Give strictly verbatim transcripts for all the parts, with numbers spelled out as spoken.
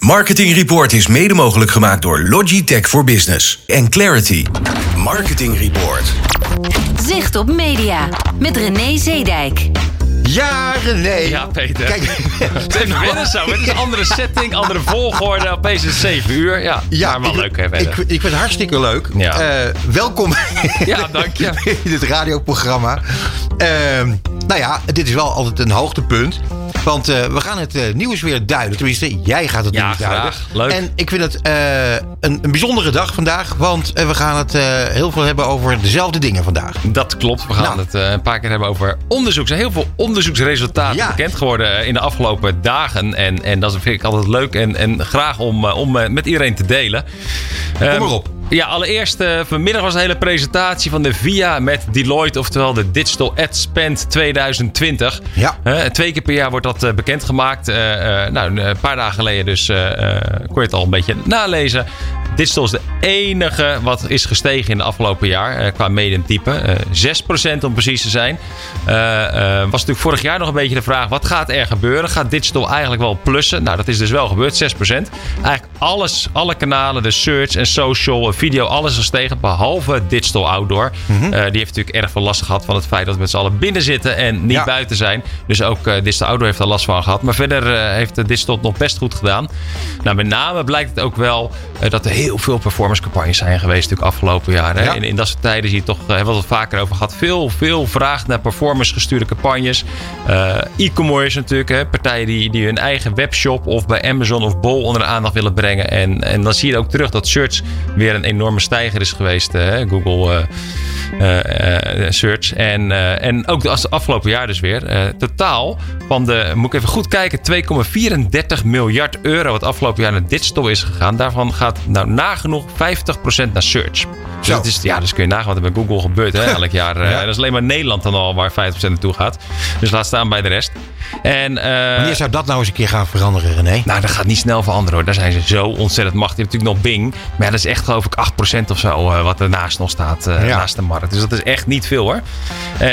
Marketing Report is mede mogelijk gemaakt door Logitech for Business en Clarity. Marketing Report. Zicht op Media met René Zeedijk. Ja, René. Ja, Peter. Kijk, het is even wennen zo. Het is een andere setting, andere volgorde. Opeens is het zeven uur. Ja, ja maar wel ik, leuk. Hè, ik, ik vind het hartstikke leuk. Ja. Uh, welkom ja, dank je. in dit radioprogramma. Uh, nou ja, dit is wel altijd een hoogtepunt. Want uh, we gaan het uh, nieuws weer duiden. Tenminste, jij gaat het ja, nieuws duiden. Graag. Leuk. En ik vind het uh, een, een bijzondere dag vandaag. Want uh, we gaan het uh, heel veel hebben over dezelfde dingen vandaag. Dat klopt. We gaan nou. het uh, een paar keer hebben over onderzoek. Er zijn heel veel onderzoeksresultaten ja. bekend geworden in de afgelopen dagen. En, en dat vind ik altijd leuk en, en graag om, om uh, met iedereen te delen. Kom um, maar op. Ja, allereerst uh, vanmiddag was een hele presentatie van de V I A met Deloitte, oftewel de Digital Ad Spend twintig twintig. Ja. Uh, twee keer per jaar wordt dat uh, bekendgemaakt. Uh, uh, nou, een paar dagen geleden dus uh, uh, kon je het al een beetje nalezen. Digital is de enige wat is gestegen in het afgelopen jaar uh, qua mediumtype. Uh, zes procent om precies te zijn. Uh, uh, was natuurlijk vorig jaar nog een beetje de vraag, wat gaat er gebeuren? Gaat digital eigenlijk wel plussen? Nou, dat is dus wel gebeurd, zes procent. Eigenlijk alles, alle kanalen, de search en social, video, alles is gestegen, behalve digital outdoor. Mm-hmm. Uh, die heeft natuurlijk erg veel last gehad van het feit dat we met z'n allen binnen zitten en niet ja. buiten zijn. Dus ook uh, digital outdoor heeft er last van gehad. Maar verder uh, heeft de digital het nog best goed gedaan. Nou, met name blijkt het ook wel uh, dat er heel veel performance campagnes zijn geweest natuurlijk afgelopen jaren. Ja. In, in dat soort tijden zie je toch, uh, hebben we het vaker over gehad, veel, veel vraag naar performance gestuurde campagnes. Uh, e-commerce natuurlijk, hè, partijen die, die hun eigen webshop of bij Amazon of Bol onder de aandacht willen brengen. En, en dan zie je ook terug dat search weer een enorme stijger is geweest. Uh, Google uh, uh, Search. En, uh, en ook de afgelopen jaar dus weer. Uh, totaal van de, moet ik even goed kijken, twee komma vierendertig miljard euro wat afgelopen jaar naar digital is gegaan. Daarvan gaat nou nagenoeg vijftig procent naar search. Dus, dat is, ja, dus kun je nagaan wat er bij Google gebeurt hè, elk jaar. Ja. Uh, dat is alleen maar Nederland dan al waar vijftig procent naartoe gaat. Dus laat staan bij de rest. En, uh, Wanneer zou dat nou eens een keer gaan veranderen, René? Nou, dat gaat niet snel veranderen hoor. Daar zijn ze zo ontzettend machtig. Je hebt natuurlijk nog Bing. Maar ja, dat is echt geloof ik acht procent of zo uh, wat ernaast nog staat. Uh, ja. Naast de markt. Dus dat is echt niet veel hoor. En,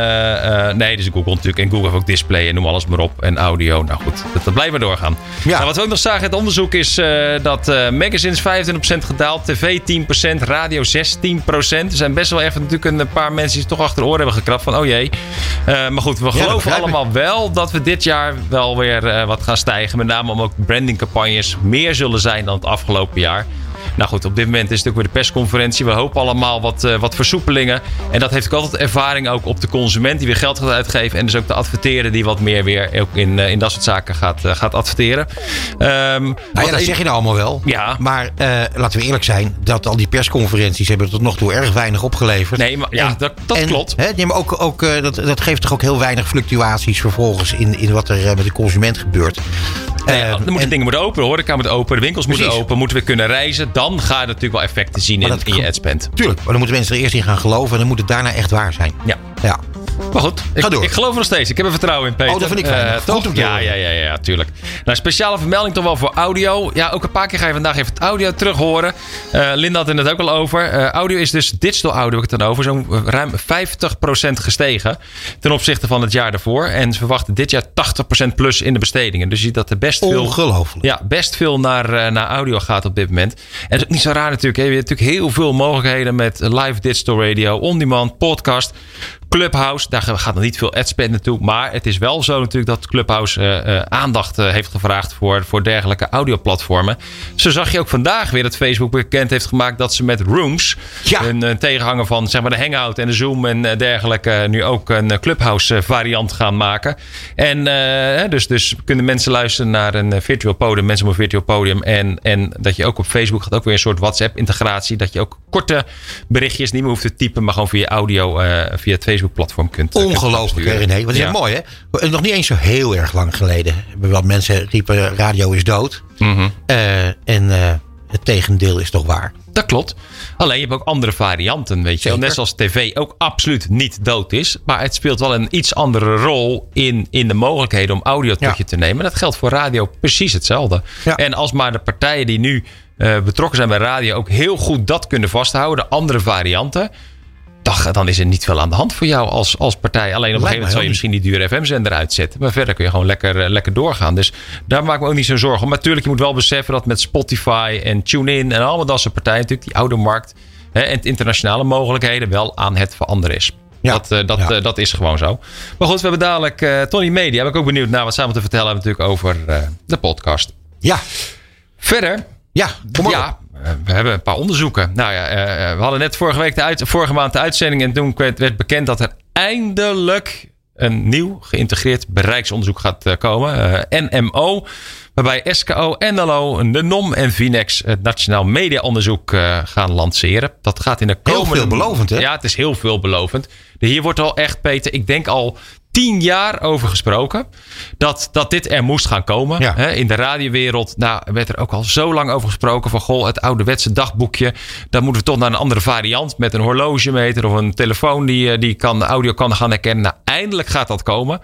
ja. uh, uh, nee, dus Google natuurlijk. En Google heeft ook display en noem alles maar op. En audio. Nou goed, dat, dat blijven we doorgaan. Ja. Nou, wat we ook nog zagen in het onderzoek is uh, dat uh, magazines vijfentwintig procent gedaald. tv tien procent. Radio zestien procent. Er zijn best wel even natuurlijk een paar mensen die toch achter de oren hebben gekrapt. Van oh jee. Uh, maar goed, we ja, geloven allemaal ik. wel dat we dit jaar wel weer uh, wat gaan stijgen. Met name om ook brandingcampagnes meer zullen zijn dan het afgelopen jaar. Nou goed, op dit moment is het natuurlijk weer de persconferentie. We hopen allemaal wat, uh, wat versoepelingen. En dat heeft ook altijd ervaring ook op de consument die weer geld gaat uitgeven. En dus ook de adverteerder die wat meer weer ook in, uh, in dat soort zaken gaat, uh, gaat adverteren. Um, nou ja, dat zeg je nou allemaal wel. Ja. Maar uh, laten we eerlijk zijn, dat al die persconferenties hebben tot nog toe erg weinig opgeleverd. Nee, maar ja, en, dat, dat en, klopt. Hè, nee, maar ook, ook, uh, dat, dat geeft toch ook heel weinig fluctuaties vervolgens in, in wat er uh, met de consument gebeurt. Nee, uh, dan moeten en, dingen moeten open, de horeca moet open, de winkels precies. moeten open, moeten we kunnen reizen. Dan ga je natuurlijk wel effecten zien in, in je adspend. Tuurlijk, maar dan moeten mensen er eerst in gaan geloven en dan moet het daarna echt waar zijn. Ja. ja. Maar goed, ik, Ga door. ik geloof er nog steeds. Ik heb er vertrouwen in, Peter. Oh, dat vind ik fijn. Uh, toch? Ja, ja, ja, ja, tuurlijk. Nou, speciale vermelding toch wel voor audio. Ja, ook een paar keer ga je vandaag even het audio terug horen. Uh, Linda had het net ook al over. Uh, audio is dus digital audio, heb ik het dan over. Zo'n ruim vijftig procent gestegen ten opzichte van het jaar daarvoor. En ze verwachten dit jaar tachtig procent plus in de bestedingen. Dus je ziet dat er best veel, Ongelooflijk. Ja, best veel naar, uh, naar audio gaat op dit moment. En dat is ook niet zo raar natuurlijk. Hè. Je hebt natuurlijk heel veel mogelijkheden met live digital radio, on-demand, podcast, Clubhouse. Daar gaat nog niet veel adspend naartoe. Maar het is wel zo natuurlijk dat Clubhouse uh, uh, aandacht uh, heeft gevraagd voor, voor dergelijke audioplatformen. Zo zag je ook vandaag weer dat Facebook bekend heeft gemaakt dat ze met Rooms, ja. een, een tegenhanger van zeg maar de Hangout en de Zoom en uh, dergelijke, uh, nu ook een uh, Clubhouse uh, variant gaan maken. En uh, dus, dus kunnen mensen luisteren naar een uh, virtual podium, mensen op een virtual podium. En, en dat je ook op Facebook gaat ook weer een soort WhatsApp integratie. Dat je ook korte berichtjes niet meer hoeft te typen, maar gewoon via audio, uh, via het Facebook platform kunt. Ongelooflijk, hè, René. Wat is ja. mooi, hè? Nog niet eens zo heel erg lang geleden. Wat mensen riepen, radio is dood. Mm-hmm. Uh, en uh, het tegendeel is toch waar. Dat klopt. Alleen je hebt ook andere varianten, weet je. Net zoals tv ook absoluut niet dood is. Maar het speelt wel een iets andere rol in, in de mogelijkheden om audio tot ja. je te nemen. Dat geldt voor radio precies hetzelfde. Ja. En als maar de partijen die nu uh, betrokken zijn bij radio ook heel goed dat kunnen vasthouden. De andere varianten. dan, dan is er niet veel aan de hand voor jou als, als partij. Alleen op een gegeven moment zal je misschien die dure F M-zender uitzetten. Maar verder kun je gewoon lekker, uh, lekker doorgaan. Dus daar maak ik me ook niet zo'n zorgen om. Maar natuurlijk, je moet wel beseffen dat met Spotify en TuneIn en allemaal dat soort partijen, natuurlijk die oude markt hè, en internationale mogelijkheden wel aan het veranderen is. Ja, dat, uh, dat, ja. uh, dat is gewoon zo. Maar goed, we hebben dadelijk uh, Tony Media. Ben ik ook benieuwd naar wat zij moeten vertellen hebben natuurlijk over uh, de podcast. Ja. Verder. Ja, kom maar ja, uh, we hebben een paar onderzoeken. Nou ja, uh, we hadden net vorige, week de uit, vorige maand de uitzending. En toen werd, werd bekend dat er eindelijk een nieuw geïntegreerd bereiksonderzoek gaat uh, komen. Uh, N M O. Waarbij S K O, N L O, de N O M en Vinex het Nationaal Mediaonderzoek uh, gaan lanceren. Dat gaat in de komende... Heel veelbelovend, hè? Ja, het is heel veelbelovend. Hier wordt al echt, Peter, ik denk al tien jaar over gesproken. Dat, dat dit er moest gaan komen. Ja. In de radiowereld nou, werd er ook al zo lang over gesproken. Van goh, het ouderwetse dagboekje. Dan moeten we toch naar een andere variant. Met een horlogemeter of een telefoon die, die kan, audio kan gaan herkennen. Nou, eindelijk gaat dat komen.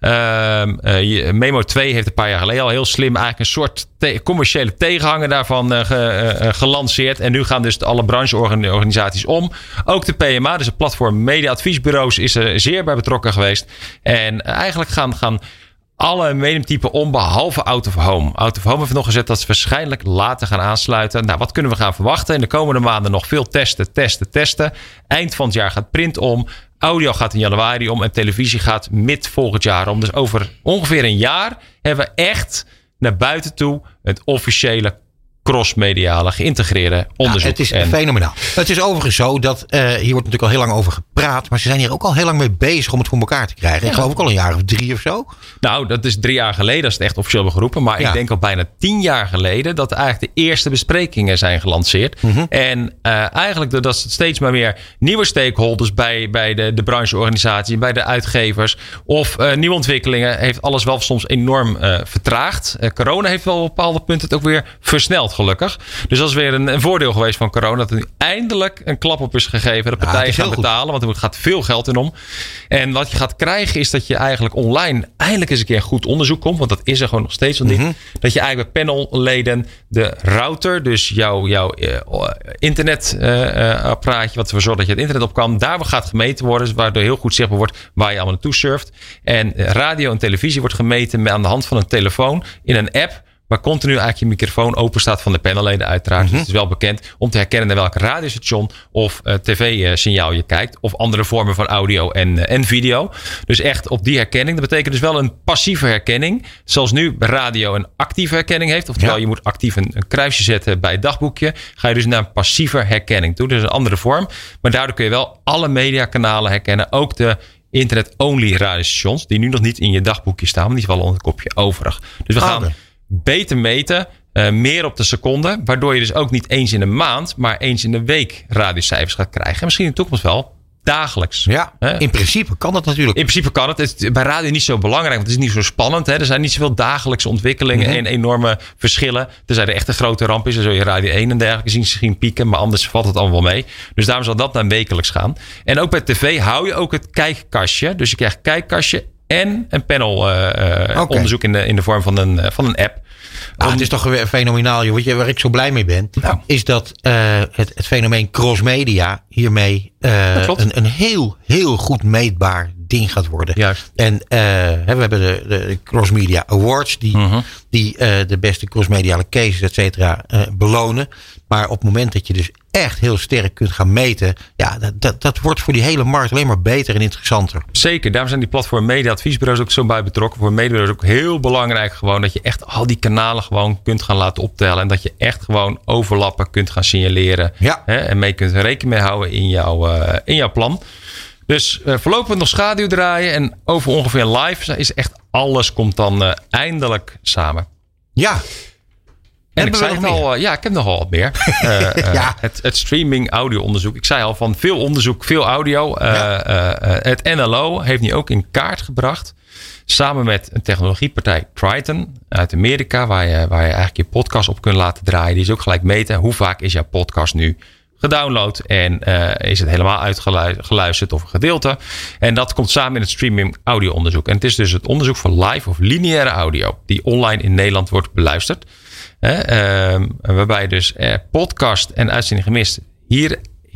Uh, uh, Memo twee heeft een paar jaar geleden al heel slim eigenlijk een soort te- commerciële tegenhanger daarvan uh, ge- uh, gelanceerd. En nu gaan dus alle brancheorganisaties om. Ook de P M A, dus het platform Media Adviesbureaus, is er zeer bij betrokken geweest. En eigenlijk gaan, gaan alle mediumtypen om, behalve Out of Home. Out of Home heeft nog gezet dat ze waarschijnlijk later gaan aansluiten. Nou, wat kunnen we gaan verwachten? In de komende maanden nog veel testen, testen, testen. Eind van het jaar gaat print om. Audio gaat in januari om en televisie gaat mid volgend jaar om. Dus over ongeveer een jaar hebben we echt naar buiten toe het officiële crossmediale geïntegreerde onderzoek. Ja, het is en... fenomenaal. Het is overigens zo dat uh, hier wordt natuurlijk al heel lang over gepraat, maar ze zijn hier ook al heel lang mee bezig om het voor elkaar te krijgen. Ja. Ik geloof ook al een jaar of drie of zo. Nou, dat is drie jaar geleden dat is het echt officieel begeroepen. Maar ja. ik denk al bijna tien jaar geleden dat eigenlijk de eerste besprekingen zijn gelanceerd. Mm-hmm. En uh, eigenlijk doordat steeds maar meer nieuwe stakeholders bij, bij de, de brancheorganisatie, bij de uitgevers of uh, nieuwe ontwikkelingen, heeft alles wel soms enorm uh, vertraagd. Uh, corona heeft wel op bepaalde punten het ook weer versneld. Gelukkig. Dus dat is weer een, een voordeel geweest van corona. Dat er nu eindelijk een klap op is gegeven. De partijen ja, gaan betalen. Goed. Want er gaat veel geld in om. En wat je gaat krijgen is dat je eigenlijk online eindelijk eens een keer een goed onderzoek komt. Want dat is er gewoon nog steeds nog niet. Mm-hmm. Dat je eigenlijk bij panelleden de router. Dus jouw, jouw uh, internetapparaatje. Uh, wat ervoor zorgt dat je het internet op kan. Daar gaat gemeten worden. Waardoor heel goed zichtbaar wordt waar je allemaal naartoe surft. En radio en televisie wordt gemeten aan de hand van een telefoon. In een app. Waar continu eigenlijk je microfoon open staat van de panelleden uiteraard. Mm-hmm. Dus het is wel bekend om te herkennen naar welk radiostation of uh, tv-signaal je kijkt. Of andere vormen van audio en, uh, en video. Dus echt op die herkenning. Dat betekent dus wel een passieve herkenning. Zoals nu radio een actieve herkenning heeft. Oftewel ja. je moet actief een, een kruisje zetten bij het dagboekje. Ga je dus naar een passieve herkenning toe. Dus een andere vorm. Maar daardoor kun je wel alle mediakanalen herkennen. Ook de internet-only radiostations. Die nu nog niet in je dagboekje staan. Maar die is wel onder het kopje overig. Dus we gaan... Okay. beter meten, uh, meer op de seconde. Waardoor je dus ook niet eens in een maand, maar eens in de week radiocijfers gaat krijgen. En misschien in de toekomst wel dagelijks. Ja, hè? In principe kan dat natuurlijk. In principe kan het. Het is bij radio niet zo belangrijk, want het is niet zo spannend. Hè? Er zijn niet zoveel dagelijkse ontwikkelingen mm-hmm. en enorme verschillen. Tenzij er echt een grote ramp is, dan zul je radio één en dergelijke zien misschien pieken. Maar anders valt het allemaal wel mee. Dus daarom zal dat naar wekelijks gaan. En ook bij tv hou je ook het kijkkastje. Dus je krijgt kijkkastje en een panel uh, okay. onderzoek in de, in de vorm van een, uh, van een app. Ah, het is toch fenomenaal, joh. Weet je, waar ik zo blij mee ben, nou. is dat uh, het, het fenomeen crossmedia hiermee uh, een, een heel, heel goed meetbaar ding gaat worden. Juist. En uh, we hebben de, de Crossmedia Awards die, uh-huh. die uh, de beste crossmediale cases, et cetera, uh, belonen. Maar op het moment dat je dus echt heel sterk kunt gaan meten, ja, dat, dat, dat wordt voor die hele markt alleen maar beter en interessanter. Zeker, daarom zijn die platform media adviesbureaus ook zo bij betrokken. Voor mediabureaus ook heel belangrijk gewoon dat je echt al die kanalen gewoon kunt gaan laten optellen. En dat je echt gewoon overlappen kunt gaan signaleren. Ja. Hè, en mee kunt rekening mee houden in jouw, uh, in jouw plan. Dus uh, voorlopig nog schaduw draaien. En over ongeveer live is echt alles komt dan uh, eindelijk samen. Ja. En ik zei het al, uh, ja, ik heb nogal wat meer. Uh, uh, ja. het, het streaming audio onderzoek. Ik zei al van veel onderzoek, veel audio. Uh, ja. uh, uh, het N L O heeft nu ook in kaart gebracht. Samen met een technologiepartij Triton uit Amerika. Waar je, waar je eigenlijk je podcast op kunt laten draaien. Die is ook gelijk meten. Hoe vaak is jouw podcast nu gedownload en uh, is het helemaal uitgeluisterd of een gedeelte. En dat komt samen in het streaming audio onderzoek. En het is dus het onderzoek van live of lineaire audio. Die online in Nederland wordt beluisterd. Uh, uh, waarbij dus uh, podcast en uitzending gemist hier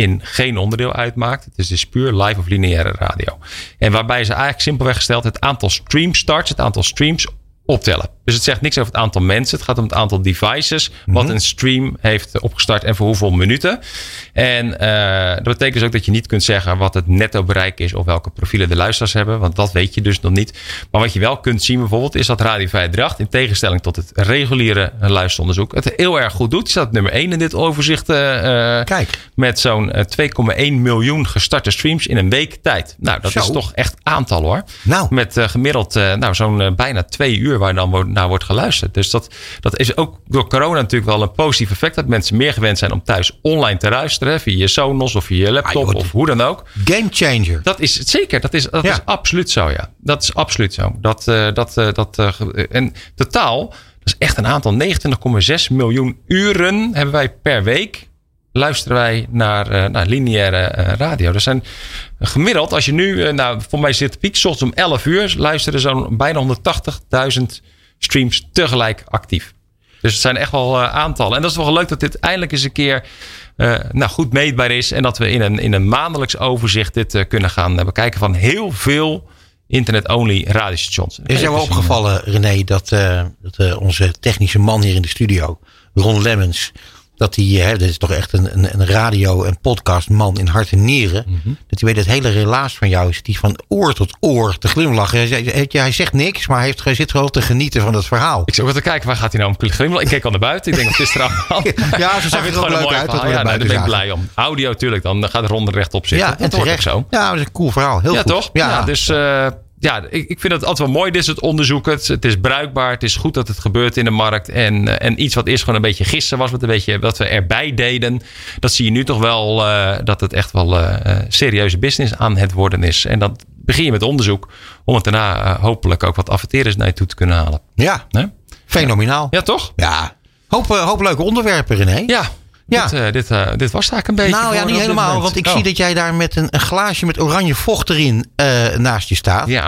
in geen onderdeel uitmaakt. Het is dus puur live of lineaire radio. En waarbij ze eigenlijk simpelweg gesteld het aantal stream starts, het aantal streams optellen. Dus het zegt niks over het aantal mensen. Het gaat om het aantal devices wat mm-hmm. een stream heeft opgestart en voor hoeveel minuten. En uh, dat betekent dus ook dat je niet kunt zeggen wat het netto bereik is of welke profielen de luisteraars hebben. Want dat weet je dus nog niet. Maar wat je wel kunt zien bijvoorbeeld is dat Radio vijfhonderddracht in tegenstelling tot het reguliere luisteronderzoek het heel erg goed doet. Het staat nummer één in dit overzicht. Uh, Kijk. Met zo'n uh, twee komma één miljoen gestarte streams in een week tijd. Nou, dat Zo. is toch echt aantal hoor. Nou. Met uh, gemiddeld uh, nou, zo'n uh, bijna twee uur waar dan wordt naar wordt geluisterd. Dus dat, dat is ook door corona natuurlijk wel een positief effect. Dat mensen meer gewend zijn om thuis online te luisteren. Via je Sonos of via je laptop ah, joh, of hoe dan ook. Game changer. Dat is het zeker. Dat is, dat ja. is absoluut zo, ja. Dat is absoluut zo. Dat, uh, dat, uh, dat, uh, en totaal, dat is echt een aantal. negenentwintig komma zes miljoen uren hebben wij per week. Luisteren wij naar, uh, naar lineaire uh, radio. Er zijn gemiddeld, als je nu, uh, nou, voor mij zit de piek, 's ochtends om elf uur, luisteren zo'n bijna honderdtachtigduizend streams tegelijk actief. Dus het zijn echt wel uh, aantallen. En dat is toch wel leuk dat dit eindelijk eens een keer uh, nou, goed meetbaar is. En dat we in een, in een maandelijks overzicht dit uh, kunnen gaan uh, bekijken van heel veel internet-only radiostations. Is jou wel opgevallen, René, dat, uh, dat uh, onze technische man hier in de studio, Ron Lemmens, dat hij, hè, dit is toch echt een, een, een radio- en podcastman in hart en nieren. Mm-hmm. Dat hij weet het hele relaas van jou is die van oor tot oor te glimlachen. Hij, hij zegt niks, maar hij, heeft, hij zit wel te genieten van het verhaal. Ik zat ook te kijken, waar gaat hij nou om glimlachen? Ik keek al naar buiten. Ik denk, wat is er aan? Ja, ze zag er ook leuk uit. Dat ja, nou, daar ben ik blij om. Audio natuurlijk, dan gaat Ron er rechtop zitten. Ja, en terecht. Zo. Ja, dat is een cool verhaal. Heel ja, goed. Toch? Ja, ja, dus... Uh, Ja, ik, ik vind het altijd wel mooi. Dit is het onderzoek. Het, het is bruikbaar. Het is goed dat het gebeurt in de markt. En, en iets wat eerst gewoon een beetje gissen was. Wat, een beetje, wat we erbij deden. Dat zie je nu toch wel. Uh, dat het echt wel uh, serieuze business aan het worden is. En dan begin je met onderzoek. Om het daarna uh, hopelijk ook wat adverteerders naar je toe te kunnen halen. Ja, nee? Fenomenaal. Ja, toch? Ja. Hoop, uh, hoop leuke onderwerpen, René. Ja. Ja. Dit, uh, dit, uh, dit was eigenlijk een beetje. Nou ja, niet helemaal. Want ik oh. zie dat jij daar met een, een glaasje met oranje vocht erin uh, naast je staat. Ja.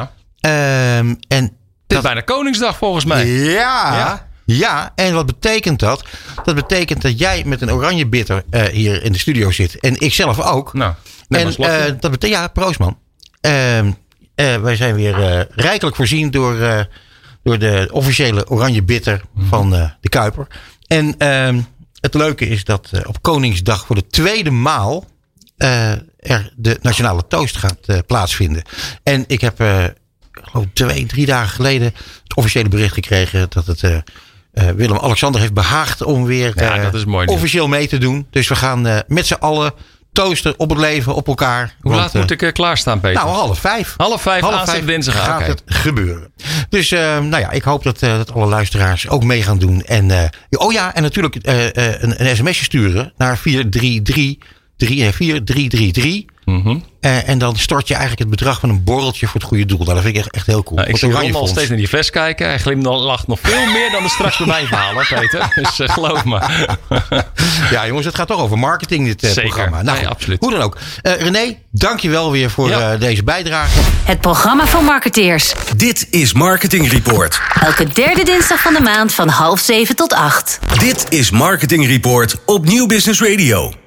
Um, en dit dat... is bijna Koningsdag volgens mij. Ja, ja. Ja. En wat betekent dat? Dat betekent dat jij met een oranje bitter uh, hier in de studio zit. En ik zelf ook. Nou, en uh, dat betekent, ja, proost man. Uh, uh, wij zijn weer uh, rijkelijk voorzien door, uh, door de officiële oranje bitter mm-hmm. van uh, de Kuiper. En uh, het leuke is dat uh, op Koningsdag voor de tweede maal uh, er de nationale toast gaat uh, plaatsvinden. En ik heb uh, geloof twee, drie dagen geleden het officiële bericht gekregen dat het uh, uh, Willem-Alexander heeft behaagd om weer uh, ja, dat is mooi, officieel mee te doen. Dus we gaan uh, met z'n allen toosten op het leven, op elkaar. Hoe want, laat moet ik uh, klaarstaan, Peter? Nou, half vijf. Half vijf, half vijf dinsdag gaat okay. het gebeuren. Dus uh, nou ja, ik hoop dat, uh, dat alle luisteraars ook mee gaan doen. En, uh, oh ja, en natuurlijk uh, uh, een, een sms'je sturen naar vier drie drie drie. Mm-hmm. Uh, en dan stort je eigenlijk het bedrag van een borreltje voor het goede doel. Nou, dat vind ik echt, echt heel cool. Nou, ik zie Ron al steeds naar die fles kijken. Hij glimlacht nog veel meer dan de straks bij mij verhalen, Peter. Dus uh, geloof me. Ja, jongens, het gaat toch over marketing, dit uh, Zeker. programma. Nou, nee, absoluut. Hoe dan ook. Uh, René, dank je wel weer voor ja. uh, deze bijdrage. Het programma voor marketeers. Dit is Marketing Report. Elke derde dinsdag van de maand van half zeven tot acht. Dit is Marketing Report op Nieuw Business Radio.